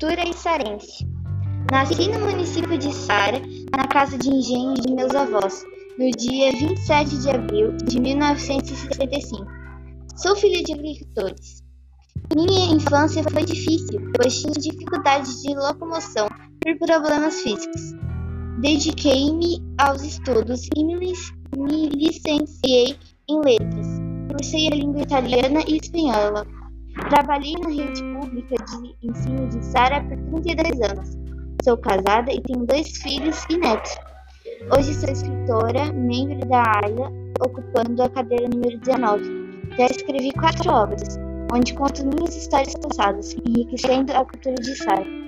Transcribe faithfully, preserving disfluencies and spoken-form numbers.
cultura içarense. Nasci no município de Sara, na casa de engenho de meus avós, no dia vinte e sete de abril de mil novecentos e sessenta e cinco. Sou filha de agricultores. Minha infância foi difícil, pois tinha dificuldades de locomoção por problemas físicos. Dediquei-me aos estudos e me, lic- me licenciei em letras. Cursei a língua italiana e espanhola. Trabalhei na rede pública de ensino de Sara por trinta e dois anos. Sou casada e tenho dois filhos e netos. Hoje sou escritora, membro da AILA, ocupando a cadeira número dezenove. Já escrevi quatro obras, onde conto minhas histórias passadas, enriquecendo a cultura de Sara.